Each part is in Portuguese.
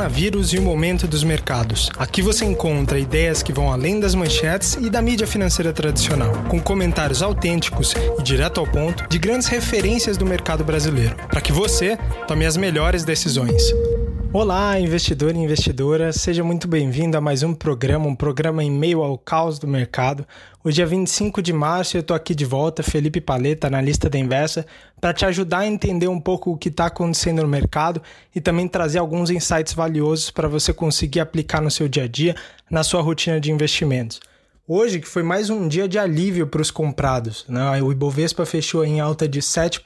coronavírus e o momento dos mercados. Aqui você encontra ideias que vão além das manchetes e da mídia financeira tradicional, com comentários autênticos e direto ao ponto de grandes referências do mercado brasileiro, para que você tome as melhores decisões. Olá, investidor e investidora, seja muito bem-vindo a mais um programa em meio ao caos do mercado. Hoje é 25 de março e eu estou aqui de volta, Felipe Paleta, analista da Investa, para te ajudar a entender um pouco o que está acontecendo no mercado e também trazer alguns insights valiosos para você conseguir aplicar no seu dia a dia, na sua rotina de investimentos. Hoje, que foi mais um dia de alívio para os comprados, né? O Ibovespa fechou em alta de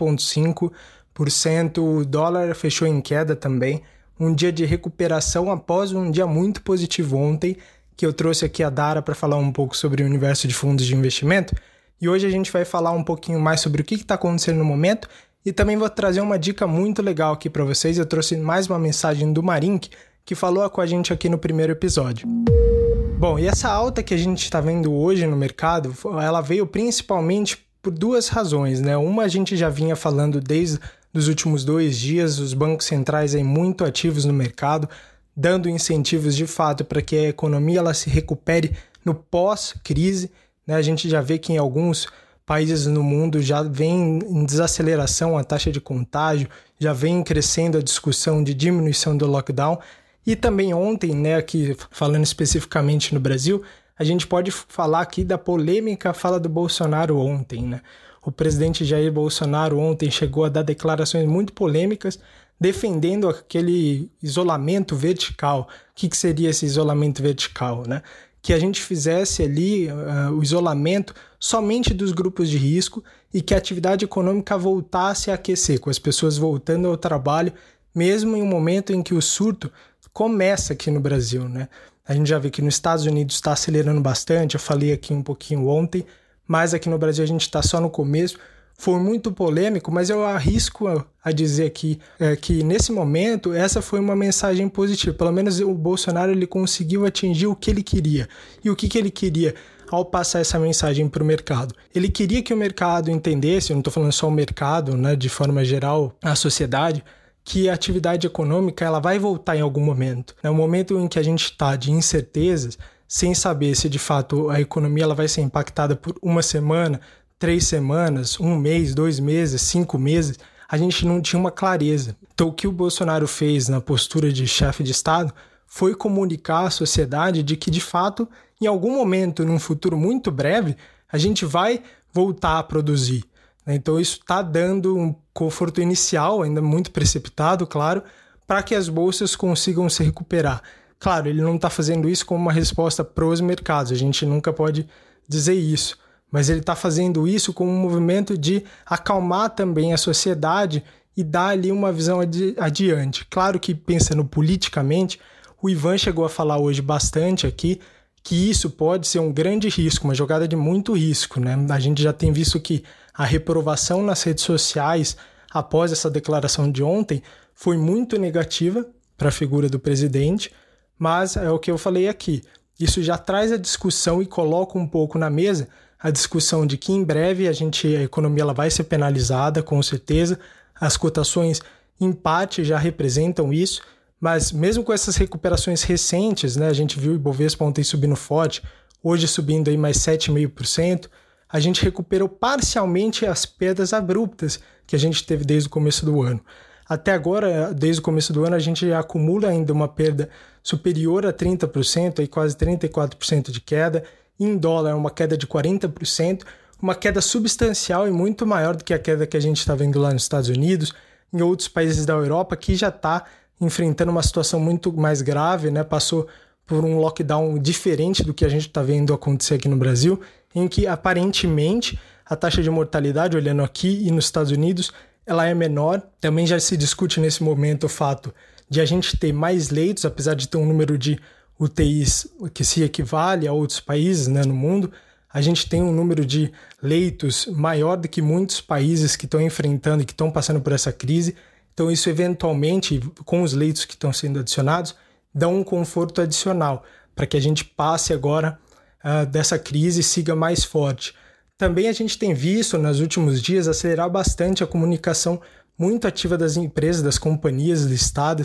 7,5%, o dólar fechou em queda também. Um dia de recuperação após um dia muito positivo ontem, que eu trouxe aqui a Dara para falar um pouco sobre o universo de fundos de investimento. E hoje a gente vai falar um pouquinho mais sobre o que está acontecendo no momento e também vou trazer uma dica muito legal aqui para vocês. Eu trouxe mais uma mensagem do Marink, que falou com a gente aqui no primeiro episódio. Bom, e essa alta que a gente está vendo hoje no mercado, ela veio principalmente por duas razões, né? Uma a gente já vinha falando desde os últimos 2 dias, os bancos centrais aí muito ativos no mercado, dando incentivos de fato para que a economia ela se recupere no pós-crise, né? A gente já vê que em alguns países no mundo já vem em desaceleração a taxa de contágio, já vem crescendo a discussão de diminuição do lockdown. E também ontem, né, aqui falando especificamente no Brasil, a gente pode falar aqui da polêmica fala do Bolsonaro ontem, né? O presidente Jair Bolsonaro ontem chegou a dar declarações muito polêmicas, defendendo aquele isolamento vertical. O que seria esse isolamento vertical, né? Que a gente fizesse ali o isolamento somente dos grupos de risco e que a atividade econômica voltasse a aquecer, com as pessoas voltando ao trabalho, mesmo em um momento em que o surto começa aqui no Brasil, né? A gente já vê que nos Estados Unidos está acelerando bastante, eu falei aqui um pouquinho ontem, mas aqui no Brasil a gente está só no começo. Foi muito polêmico, mas eu arrisco a dizer aqui que nesse momento essa foi uma mensagem positiva. Pelo menos o Bolsonaro ele conseguiu atingir o que ele queria. E o que ele queria ao passar essa mensagem para o mercado? Ele queria que o mercado entendesse, eu não estou falando só o mercado, né, de forma geral, a sociedade, que a atividade econômica ela vai voltar em algum momento. No momento em que a gente está de incertezas, sem saber se de fato a economia ela vai ser impactada por 1 semana, 3 semanas, 1 mês, 2 meses, 5 meses, a gente não tinha uma clareza. Então o que o Bolsonaro fez na postura de chefe de Estado foi comunicar à sociedade de que de fato, em algum momento, num futuro muito breve, a gente vai voltar a produzir. Então isso está dando um conforto inicial, ainda muito precipitado, claro, para que as bolsas consigam se recuperar. Claro, ele não está fazendo isso como uma resposta para os mercados, a gente nunca pode dizer isso, mas ele está fazendo isso como um movimento de acalmar também a sociedade e dar ali uma visão adiante. Claro que pensando politicamente, o Ivan chegou a falar hoje bastante aqui que isso pode ser um grande risco, uma jogada de muito risco, né? A gente já tem visto que a reprovação nas redes sociais após essa declaração de ontem foi muito negativa para a figura do presidente, mas é o que eu falei aqui, isso já traz a discussão e coloca um pouco na mesa a discussão de que em breve a economia ela vai ser penalizada, com certeza, as cotações empate já representam isso, mas mesmo com essas recuperações recentes, né, a gente viu o Ibovespa ontem subindo forte, hoje subindo aí mais 7,5%, a gente recuperou parcialmente as perdas abruptas que a gente teve desde o começo do ano. Até agora, desde o começo do ano, a gente acumula ainda uma perda superior a 30%, aí quase 34% de queda. Em dólar, uma queda de 40%, uma queda substancial e muito maior do que a queda que a gente está vendo lá nos Estados Unidos, em outros países da Europa, que já está enfrentando uma situação muito mais grave, né? Passou por um lockdown diferente do que a gente está vendo acontecer aqui no Brasil, em que aparentemente a taxa de mortalidade, olhando aqui e nos Estados Unidos, ela é menor. Também já se discute nesse momento o fato de a gente ter mais leitos, apesar de ter um número de UTIs que se equivale a outros países, né, no mundo, a gente tem um número de leitos maior do que muitos países que estão enfrentando e que estão passando por essa crise. Então isso eventualmente, com os leitos que estão sendo adicionados, dá um conforto adicional para que a gente passe agora dessa crise e siga mais forte. Também a gente tem visto nos últimos dias acelerar bastante a comunicação muito ativa das empresas, das companhias listadas,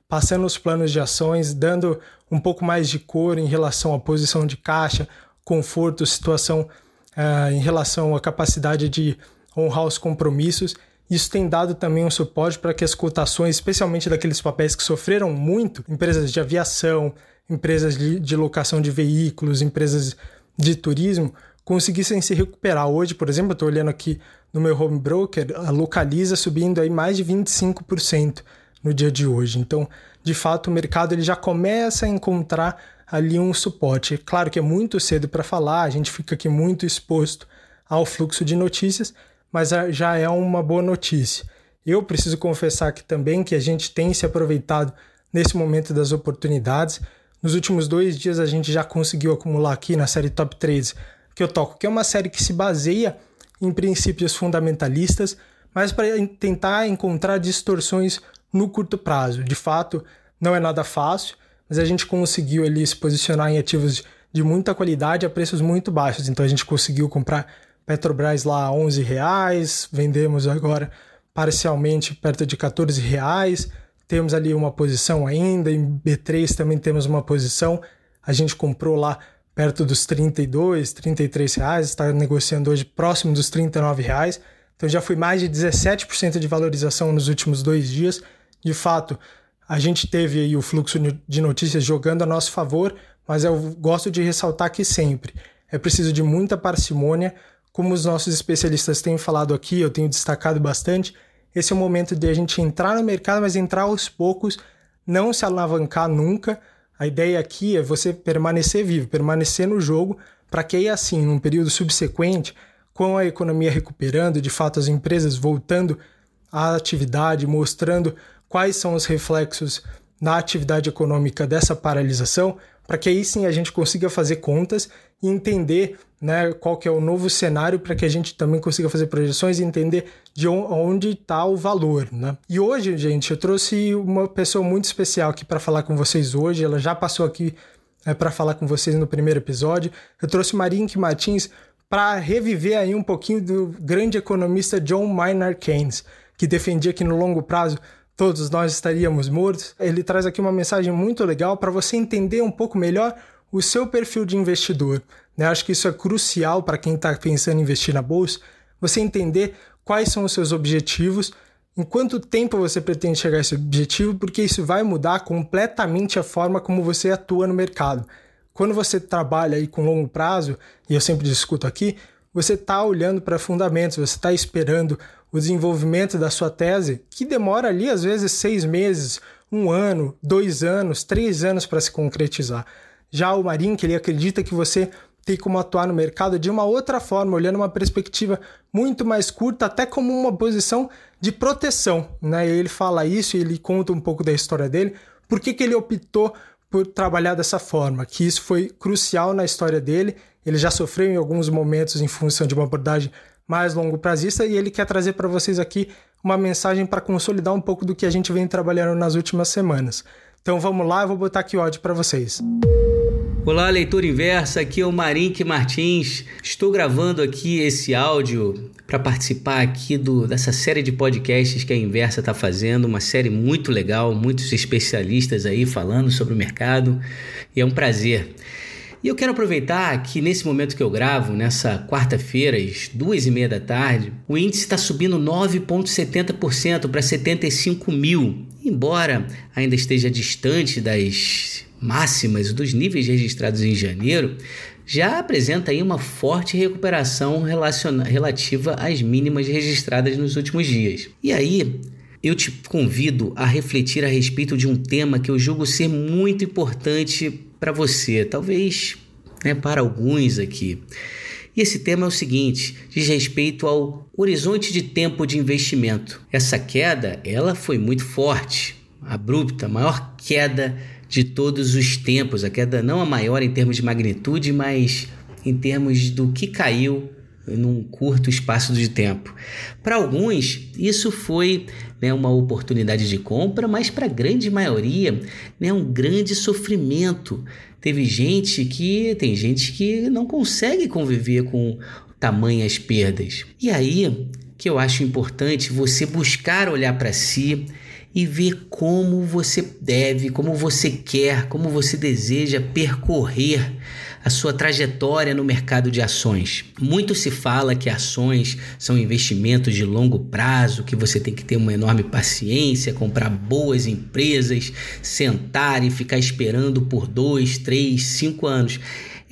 passando os planos de ações, dando um pouco mais de cor em relação à posição de caixa, conforto, situação em relação à capacidade de honrar os compromissos. Isso tem dado também um suporte para que as cotações, especialmente daqueles papéis que sofreram muito, empresas de aviação, empresas de locação de veículos, empresas de turismo, conseguissem se recuperar. Hoje, por exemplo, eu estou olhando aqui no meu home broker, a Localiza subindo aí mais de 25% no dia de hoje. Então, de fato, o mercado ele já começa a encontrar ali um suporte. Claro que é muito cedo para falar, a gente fica aqui muito exposto ao fluxo de notícias, mas já é uma boa notícia. Eu preciso confessar aqui também que a gente tem se aproveitado nesse momento das oportunidades. Nos últimos 2 dias a gente já conseguiu acumular aqui na série Top Trades que eu toco, que é uma série que se baseia em princípios fundamentalistas, mas para tentar encontrar distorções no curto prazo. De fato, não é nada fácil, mas a gente conseguiu ali se posicionar em ativos de muita qualidade a preços muito baixos. Então a gente conseguiu comprar Petrobras lá a R$11, vendemos agora parcialmente perto de R$14, temos ali uma posição ainda, em B3 também temos uma posição, a gente comprou lá perto dos R$32, R$33, está negociando hoje próximo dos R$39, então já foi mais de 17% de valorização nos últimos 2 dias. De fato, a gente teve aí o fluxo de notícias jogando a nosso favor, mas eu gosto de ressaltar aqui sempre, é preciso de muita parcimônia, como os nossos especialistas têm falado aqui, eu tenho destacado bastante, esse é o momento de a gente entrar no mercado, mas entrar aos poucos, não se alavancar nunca. A ideia aqui é você permanecer vivo, permanecer no jogo, para que aí assim, num período subsequente, com a economia recuperando, de fato as empresas voltando à atividade, mostrando quais são os reflexos na atividade econômica dessa paralisação, para que aí sim a gente consiga fazer contas e entender, né, qual que é o novo cenário, para que a gente também consiga fazer projeções e entender de onde está o valor, né? E hoje, gente, eu trouxe uma pessoa muito especial aqui para falar com vocês hoje, ela já passou aqui para falar com vocês no primeiro episódio. Eu trouxe Marinho Martins para reviver aí um pouquinho do grande economista John Maynard Keynes, que defendia que no longo prazo todos nós estaríamos mortos. Ele traz aqui uma mensagem muito legal para você entender um pouco melhor o seu perfil de investidor, né? Acho que isso é crucial para quem está pensando em investir na bolsa, você entender quais são os seus objetivos, em quanto tempo você pretende chegar a esse objetivo, porque isso vai mudar completamente a forma como você atua no mercado. Quando você trabalha aí com longo prazo, e eu sempre discuto aqui, você está olhando para fundamentos, você está esperando o desenvolvimento da sua tese, que demora ali às vezes 6 meses, 1 ano, 2 anos, 3 anos para se concretizar. Já o Marinho, que ele acredita que você tem como atuar no mercado de uma outra forma, olhando uma perspectiva muito mais curta, até como uma posição de proteção, né? E ele fala isso e ele conta um pouco da história dele, por que ele optou por trabalhar dessa forma, que isso foi crucial na história dele, ele já sofreu em alguns momentos em função de uma abordagem mais longo prazista e ele quer trazer para vocês aqui uma mensagem para consolidar um pouco do que a gente vem trabalhando nas últimas semanas. Então vamos lá, eu vou botar aqui o áudio para vocês. Olá, leitor inversa, aqui é o Marinho Martins. Estou gravando aqui esse áudio para participar aqui dessa série de podcasts que a Inversa está fazendo, uma série muito legal, muitos especialistas aí falando sobre o mercado e é um prazer. E eu quero aproveitar que nesse momento que eu gravo, nessa quarta-feira, às 2h30 da tarde, o índice está subindo 9,70% para 75 mil, embora ainda esteja distante das máximas dos níveis registrados em janeiro, já apresenta aí uma forte recuperação relativa às mínimas registradas nos últimos dias. E aí, eu te convido a refletir a respeito de um tema que eu julgo ser muito importante para você, talvez, para alguns aqui. E esse tema é o seguinte, diz respeito ao horizonte de tempo de investimento. Essa queda, ela foi muito forte, abrupta, a maior queda de todos os tempos. A queda não a maior em termos de magnitude, mas em termos do que caiu num curto espaço de tempo. Para alguns, isso foi uma oportunidade de compra, mas para a grande maioria, um grande sofrimento. Tem gente que não consegue conviver com tamanhas perdas. E aí que eu acho importante você buscar olhar para si e ver como você deve, como você quer, como você deseja percorrer a sua trajetória no mercado de ações. Muito se fala que ações são investimentos de longo prazo, que você tem que ter uma enorme paciência, comprar boas empresas, sentar e ficar esperando por 2, 3, 5 anos.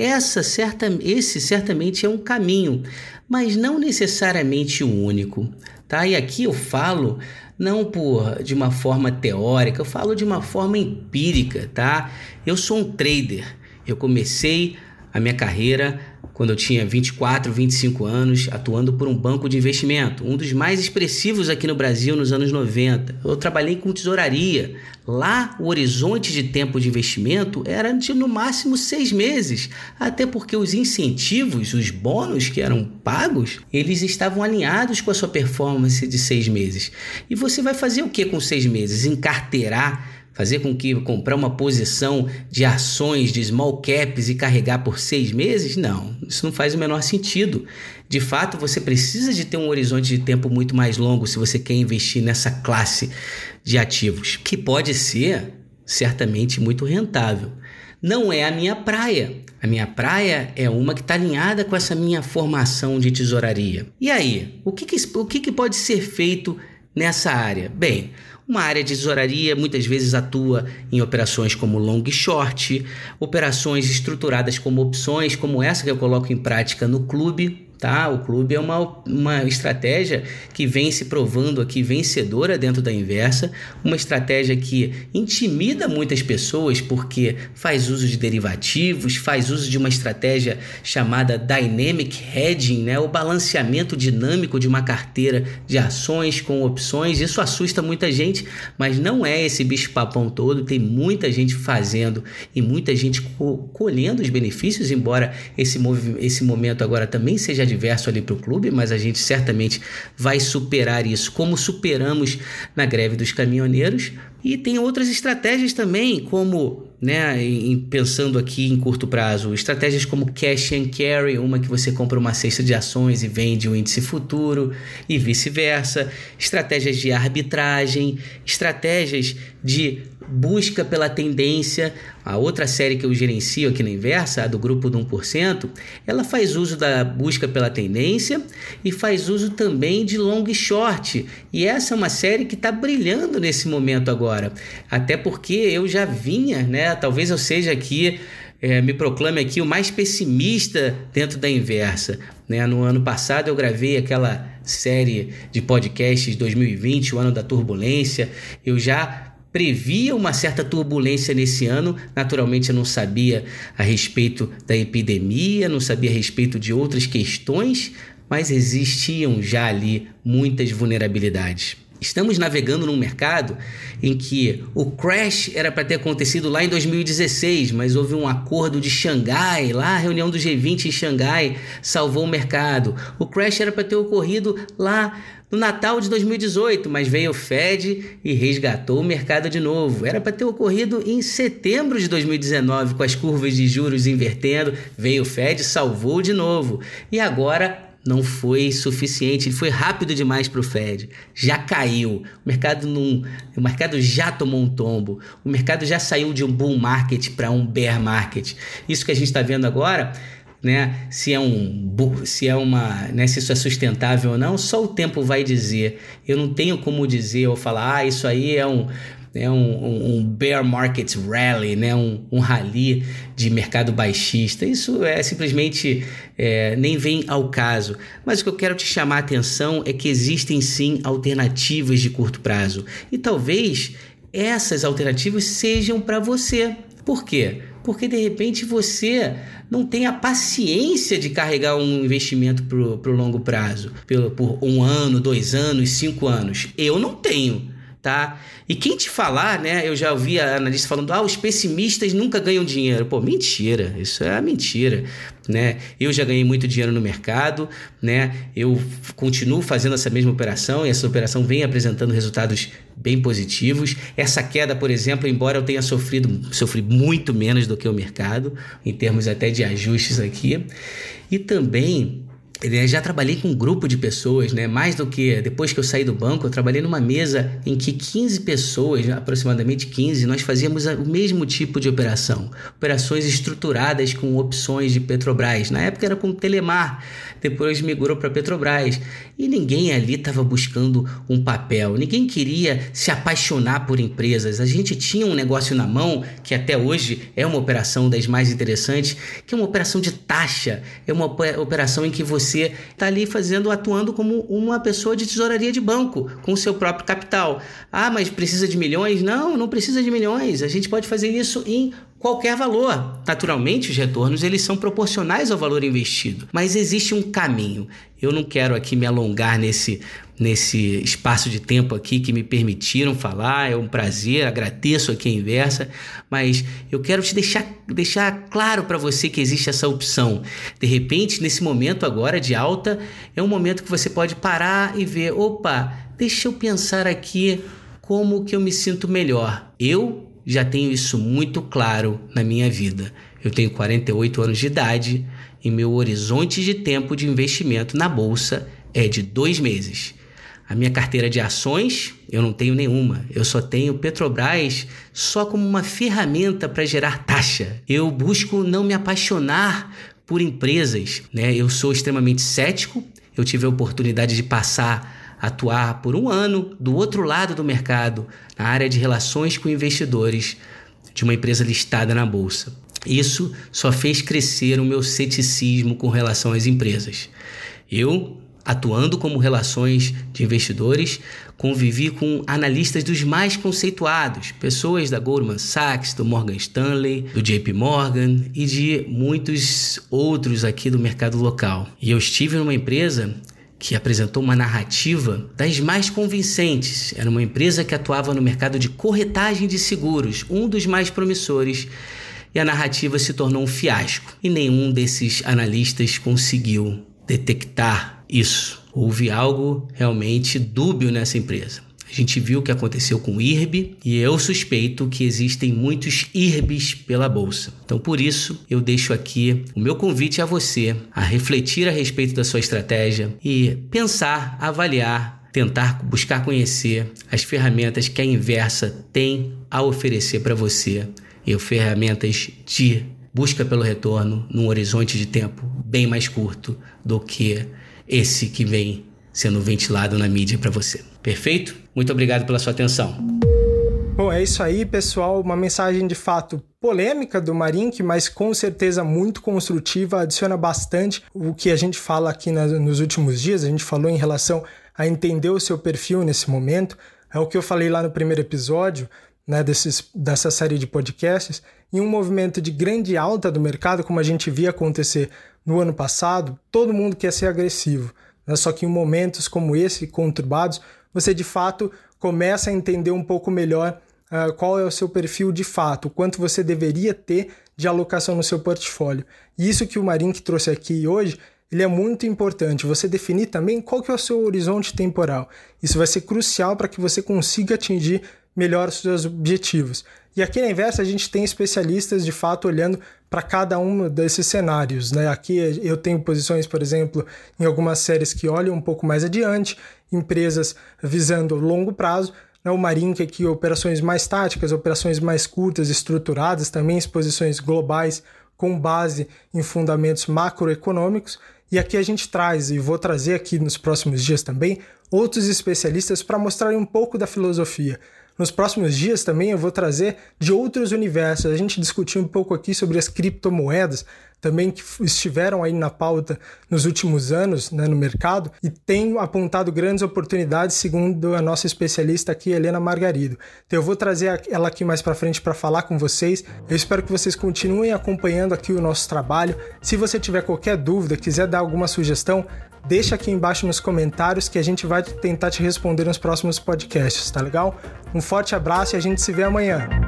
Esse certamente é um caminho, mas não necessariamente o único, tá? E aqui eu falo não de uma forma teórica, eu falo de uma forma empírica, tá? Eu sou um trader. Eu comecei a minha carreira quando eu tinha 24, 25 anos, atuando por um banco de investimento, um dos mais expressivos aqui no Brasil nos anos 90. Eu trabalhei com tesouraria. Lá, o horizonte de tempo de investimento era de no máximo 6 meses, até porque os incentivos, os bônus que eram pagos, eles estavam alinhados com a sua performance de 6 meses. E você vai fazer o que com 6 meses? Encarteirar, fazer com que comprar uma posição de ações de small caps e carregar por 6 meses? Não, isso não faz o menor sentido. De fato, você precisa de ter um horizonte de tempo muito mais longo se você quer investir nessa classe de ativos, que pode ser certamente muito rentável. Não é a minha praia. A minha praia é uma que está alinhada com essa minha formação de tesouraria. E aí, o que pode ser feito nessa área? Bem, uma área de tesouraria muitas vezes atua em operações como long e short, operações estruturadas como opções, como essa que eu coloco em prática no clube. Tá? O clube é uma estratégia que vem se provando aqui vencedora dentro da Inversa, uma estratégia que intimida muitas pessoas porque faz uso de derivativos, faz uso de uma estratégia chamada Dynamic Hedging, né? O balanceamento dinâmico de uma carteira de ações com opções. Isso assusta muita gente, mas não é esse bicho-papão todo. Tem muita gente fazendo e muita gente colhendo os benefícios, embora esse momento agora também seja adverso ali para o clube, mas a gente certamente vai superar isso, como superamos na greve dos caminhoneiros. E tem outras estratégias também, como, pensando aqui em curto prazo, estratégias como Cash and Carry, uma que você compra uma cesta de ações e vende o índice futuro e vice-versa, estratégias de arbitragem, estratégias de busca pela tendência. A outra série que eu gerencio aqui na Inversa, a do grupo do 1%, ela faz uso da busca pela tendência e faz uso também de long e short. E essa é uma série que está brilhando nesse momento agora. Até porque eu já vinha, talvez eu seja aqui, me proclame aqui o mais pessimista dentro da Inversa. No ano passado eu gravei aquela série de podcasts 2020, o ano da turbulência. Eu já previa uma certa turbulência nesse ano. Naturalmente eu não sabia a respeito da epidemia, não sabia a respeito de outras questões, mas existiam já ali muitas vulnerabilidades. Estamos navegando num mercado em que o crash era para ter acontecido lá em 2016, mas houve um acordo de Xangai, lá a reunião do G20 em Xangai salvou o mercado. O crash era para ter ocorrido lá no Natal de 2018, mas veio o Fed e resgatou o mercado de novo. Era para ter ocorrido em setembro de 2019, com as curvas de juros invertendo, veio o Fed, salvou de novo. E agora não foi suficiente, foi rápido demais para o Fed, já caiu, o mercado já tomou um tombo, o mercado já saiu de um bull market para um bear market. Isso que a gente está vendo agora, se isso é sustentável ou não, só o tempo vai dizer. Eu não tenho como dizer ou falar, isso aí é um bear market rally, um rally de mercado baixista. Isso é simplesmente nem vem ao caso. Mas o que eu quero te chamar a atenção é que existem sim alternativas de curto prazo. E talvez essas alternativas sejam para você. Por quê? Porque de repente você não tem a paciência de carregar um investimento para o longo prazo, por 1 ano, 2 anos, 5 anos. Eu não tenho. Tá? E quem te falar, eu já ouvi a analista falando, os pessimistas nunca ganham dinheiro. Pô, mentira, isso é mentira, Eu já ganhei muito dinheiro no mercado, Eu continuo fazendo essa mesma operação e essa operação vem apresentando resultados bem positivos. Essa queda, por exemplo, embora eu tenha sofri muito menos do que o mercado, em termos até de ajustes aqui. E também Já trabalhei com um grupo de pessoas, né? Mais do que depois que eu saí do banco, eu trabalhei numa mesa em que 15 pessoas, aproximadamente 15, nós fazíamos o mesmo tipo de operação. Operações estruturadas com opções de Petrobras. Na época era com Telemar, depois migrou para Petrobras. E ninguém ali estava buscando um papel, ninguém queria se apaixonar por empresas. A gente tinha um negócio na mão, que até hoje é uma operação das mais interessantes, que é uma operação de taxa, é uma operação em que você está ali atuando como uma pessoa de tesouraria de banco, com o seu próprio capital. Ah, mas precisa de milhões? Não precisa de milhões. A gente pode fazer isso em qualquer valor. Naturalmente, os retornos eles são proporcionais ao valor investido, mas existe um caminho. Eu não quero aqui me alongar nesse espaço de tempo aqui que me permitiram falar, é um prazer, agradeço aqui a Inversa, mas eu quero te deixar claro para você que existe essa opção. De repente, nesse momento agora de alta, é um momento que você pode parar e ver, opa, deixa eu pensar aqui como que eu me sinto melhor. Eu já tenho isso muito claro na minha vida. Eu tenho 48 anos de idade e meu horizonte de tempo de investimento na Bolsa é de 2 meses. A minha carteira de ações, eu não tenho nenhuma. Eu só tenho Petrobras só como uma ferramenta para gerar taxa. Eu busco não me apaixonar por empresas, né? Eu sou extremamente cético. Eu tive a oportunidade de atuar por 1 ano do outro lado do mercado, na área de relações com investidores de uma empresa listada na Bolsa. Isso só fez crescer o meu ceticismo com relação às empresas. Eu, atuando como relações de investidores, convivi com analistas dos mais conceituados, pessoas da Goldman Sachs, do Morgan Stanley, do JP Morgan e de muitos outros aqui do mercado local. E eu estive numa empresa que apresentou uma narrativa das mais convincentes. Era uma empresa que atuava no mercado de corretagem de seguros, um dos mais promissores, e a narrativa se tornou um fiasco. E nenhum desses analistas conseguiu detectar isso. Houve algo realmente dúbio nessa empresa. A gente viu o que aconteceu com o IRB e eu suspeito que existem muitos IRBs pela Bolsa. Então, por isso, eu deixo aqui o meu convite a você a refletir a respeito da sua estratégia e pensar, avaliar, tentar buscar conhecer as ferramentas que a Inversa tem a oferecer para você e ferramentas de busca pelo retorno num horizonte de tempo bem mais curto do que esse que vem sendo ventilado na mídia para você. Perfeito? Muito obrigado pela sua atenção. Bom, é isso aí, pessoal. Uma mensagem de fato polêmica do Marink, mas com certeza muito construtiva, adiciona bastante o que a gente fala aqui nos últimos dias. A gente falou em relação a entender o seu perfil nesse momento. É o que eu falei lá no primeiro episódio, né, dessa série de podcasts. Em um movimento de grande alta do mercado, como a gente via acontecer no ano passado, todo mundo quer ser agressivo. Só que em momentos como esse, conturbados, você de fato começa a entender um pouco melhor qual é o seu perfil de fato, o quanto você deveria ter de alocação no seu portfólio. E isso que o Marink trouxe aqui hoje, ele é muito importante. Você definir também qual que é o seu horizonte temporal. Isso vai ser crucial para que você consiga atingir melhor os seus objetivos. E aqui na Inversa a gente tem especialistas de fato olhando para cada um desses cenários, né? Aqui eu tenho posições, por exemplo, em algumas séries que olham um pouco mais adiante, empresas visando longo prazo, né? O Marink aqui, operações mais táticas, operações mais curtas, estruturadas, também exposições globais com base em fundamentos macroeconômicos. E aqui a gente traz, e vou trazer aqui nos próximos dias também, outros especialistas para mostrarem um pouco da filosofia. Nos próximos dias também eu vou trazer de outros universos. A gente discutiu um pouco aqui sobre as criptomoedas, também que estiveram aí na pauta nos últimos anos, né, no mercado, e tem apontado grandes oportunidades, segundo a nossa especialista aqui, Helena Margarido. Então eu vou trazer ela aqui mais para frente para falar com vocês. Eu espero que vocês continuem acompanhando aqui o nosso trabalho. Se você tiver qualquer dúvida, quiser dar alguma sugestão, deixa aqui embaixo nos comentários que a gente vai tentar te responder nos próximos podcasts, tá legal? Um forte abraço e a gente se vê amanhã.